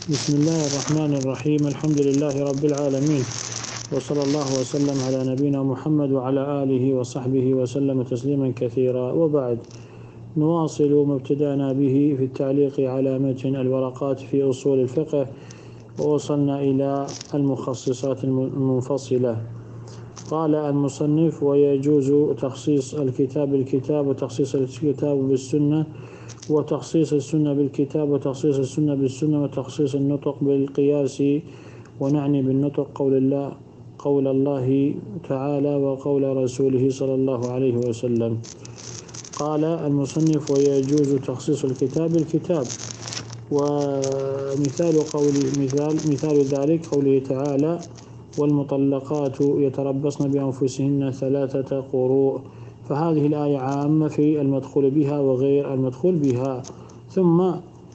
بسم الله الرحمن الرحيم. الحمد لله رب العالمين، وصلى الله وسلم على نبينا محمد وعلى آله وصحبه وسلم تسليما كثيرا، وبعد. نواصل ما ابتدأنا به في التعليق على متن الورقات في أصول الفقه، ووصلنا إلى المخصصات المنفصلة. قال المصنف: ويجوز تخصيص الكتاب بالكتاب، وتخصيص الكتاب بالسنة، وتخصيص السنة بالكتاب، وتخصيص السنة بالسنة، وتخصيص النطق بالقياس. ونعني بالنطق قول الله تعالى وقول رسوله صلى الله عليه وسلم. قال المصنف: ويجوز تخصيص الكتاب بالكتاب. ومثال ذلك قوله تعالى: والمطلقات يتربصن بأنفسهن 3 قروء. فهذه الآية عامة في المدخول بها وغير المدخول بها، ثم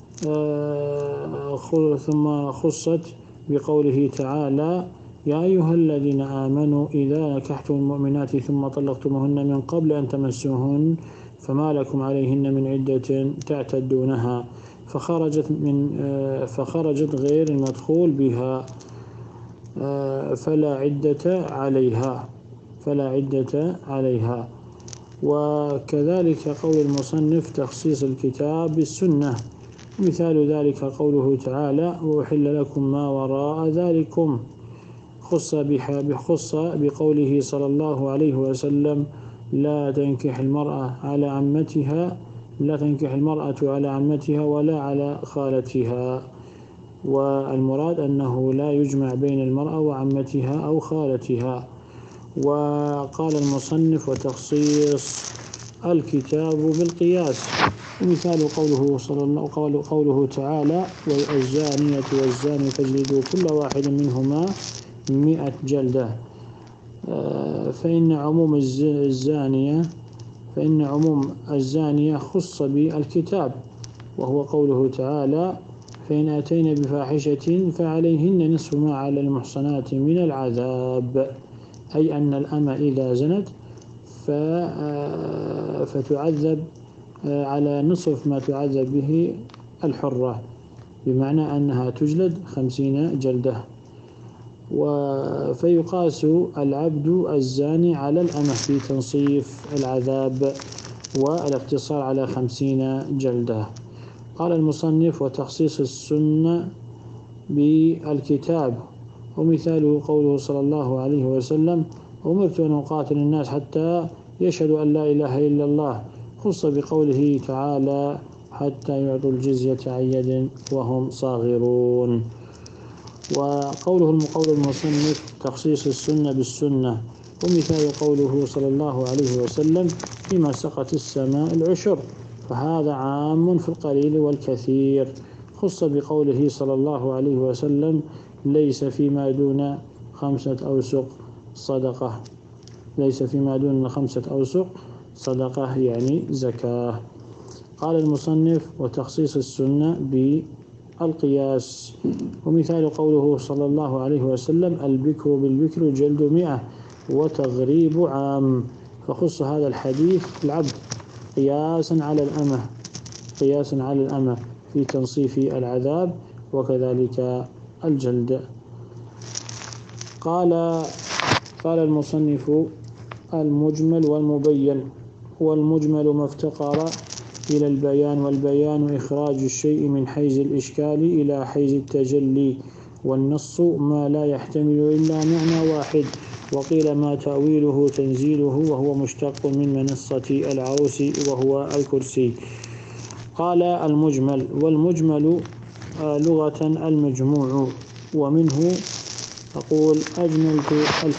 خصت بقوله تعالى: يا أيها الذين آمنوا إذا نكحتم المؤمنات ثم طلقتموهن من قبل أن تمسوهن فما لكم عليهن من عدة تعتدونها. فخرجت غير المدخول بها، فلا عدة عليها. وكذلك قول المصنف: تخصيص الكتاب بالسنة. مثال ذلك قوله تعالى: وأحل لكم ما وراء ذلكم. خص بقوله صلى الله عليه وسلم: لا تنكح المرأة على عمتها ولا على خالتها. والمراد أنه لا يجمع بين المرأة وعمتها أو خالتها. وقال المصنف: وتخصيص الكتاب بالقياس. ومثال قوله تعالى: والزانية والزاني فاجلدوا كل واحد منهما 100 جلدة. فإن عموم الزانية خص بالكتاب، وهو قوله تعالى: فإن أتين بفاحشة فعليهن نصف ما على المحصنات من العذاب. أي أن الأمة إذا زنت فتعذب على نصف ما تعذب به الحرة، بمعنى أنها تجلد 50 جلدة. فيقاس العبد الزاني على الأمة في تنصيف العذاب والاقتصار على 50 جلدة. قال المصنف: وتخصيص السنة بالكتاب. ومثاله قوله صلى الله عليه وسلم: أمرت أن أقاتل الناس حتى يشهدوا أن لا إله إلا الله. خص بقوله تعالى: حتى يعطوا الجزية عن يد وهم صاغرون. وقوله المقول المصنف: تخصيص السنة بالسنة. ومثال قوله صلى الله عليه وسلم: فيما سقت السماء العشر. فهذا عام في القليل والكثير. خص بقوله صلى الله عليه وسلم: ليس فيما دون 5 أوسق صدقة. يعني زكاة. قال المصنف: وتخصيص السنة بالقياس. ومثال قوله صلى الله عليه وسلم: البكر بالبكر جلد 100 وتغريب عام. فخص هذا الحديث العبد قياسا على الأمة في تنصيف العذاب، وكذلك الجلد. قال المصنف: المجمل والمبين. والمجمل ما افتقر إلى البيان، والبيان إخراج الشيء من حيز الإشكال إلى حيز التجلي. والنص ما لا يحتمل إلا معنى واحد. وقيل ما تأويله تنزيله، وهو مشتق من منصة العروس وهو الكرسي. قال المجمل: والمجمل لغة المجموع، ومنه أقول أجمل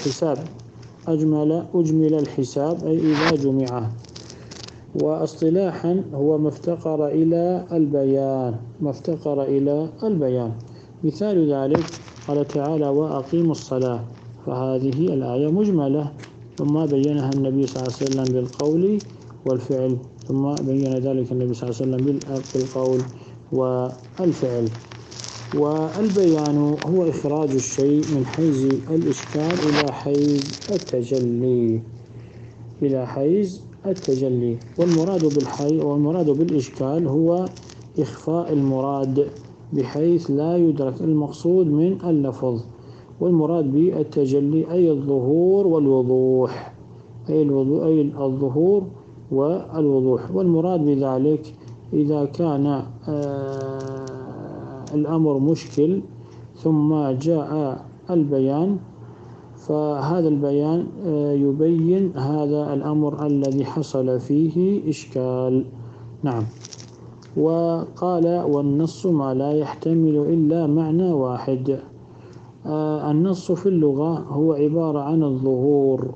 الحساب أي إذا جمعه. واصطلاحا هو ما افتقر إلى البيان. مثال ذلك قال تعالى: وأقيموا الصلاة. فهذه الآية مجملة، ثم بينها النبي صلى الله عليه وسلم بالقول والفعل، ثم بين ذلك النبي صلى الله عليه وسلم بالقول والفعل. والبيان هو إخراج الشيء من حيز الإشكال إلى حيز التجلي. والمراد بالإشكال هو إخفاء المراد بحيث لا يدرك المقصود من اللفظ. والمراد بالتجلي أي الظهور والوضوح، أي الظهور والوضوح. والمراد بذلك إذا كان الأمر مشكل ثم جاء البيان، فهذا البيان يبين هذا الأمر الذي حصل فيه إشكال. نعم. وقال والنص ما لا يحتمل إلا معنى واحد. النص في اللغة هو عبارة عن الظهور،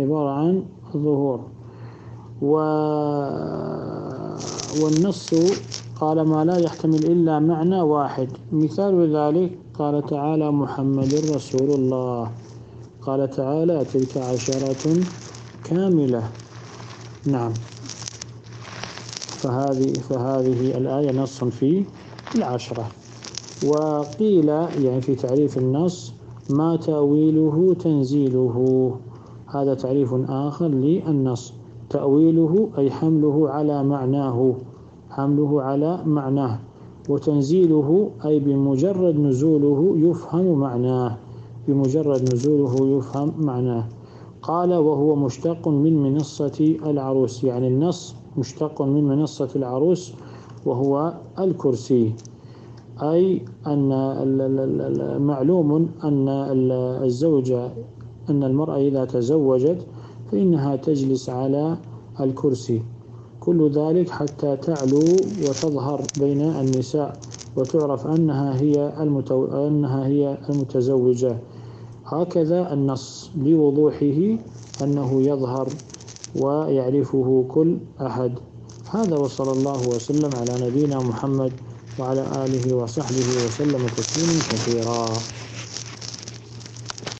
والنص قال ما لا يحتمل إلا معنى واحد. مثال ذلك قال تعالى محمد رسول الله، قال تعالى تلك عشرة كاملة. نعم. فهذه الآية نص في العشرة. وقيل يعني في تعريف النص ما تأويله تنزيله، هذا تعريف آخر للنص. تأويله أي حمله على معناه، وتنزيله أي بمجرد نزوله يفهم معناه. قال وهو مشتق من منصة العروس، يعني النص مشتق من منصة العروس وهو الكرسي. أي أن معلوم أن الزوجة، أن المرأة إذا تزوجت فإنها تجلس على الكرسي. كل ذلك حتى تعلو وتظهر بين النساء وتعرف أنها هي المتزوجة. هكذا النص لوضوحه أنه يظهر ويعرفه كل أحد. هذا وصلى الله وسلم على نبينا محمد وعلى آله وصحبه وسلم تسليما كثيرا.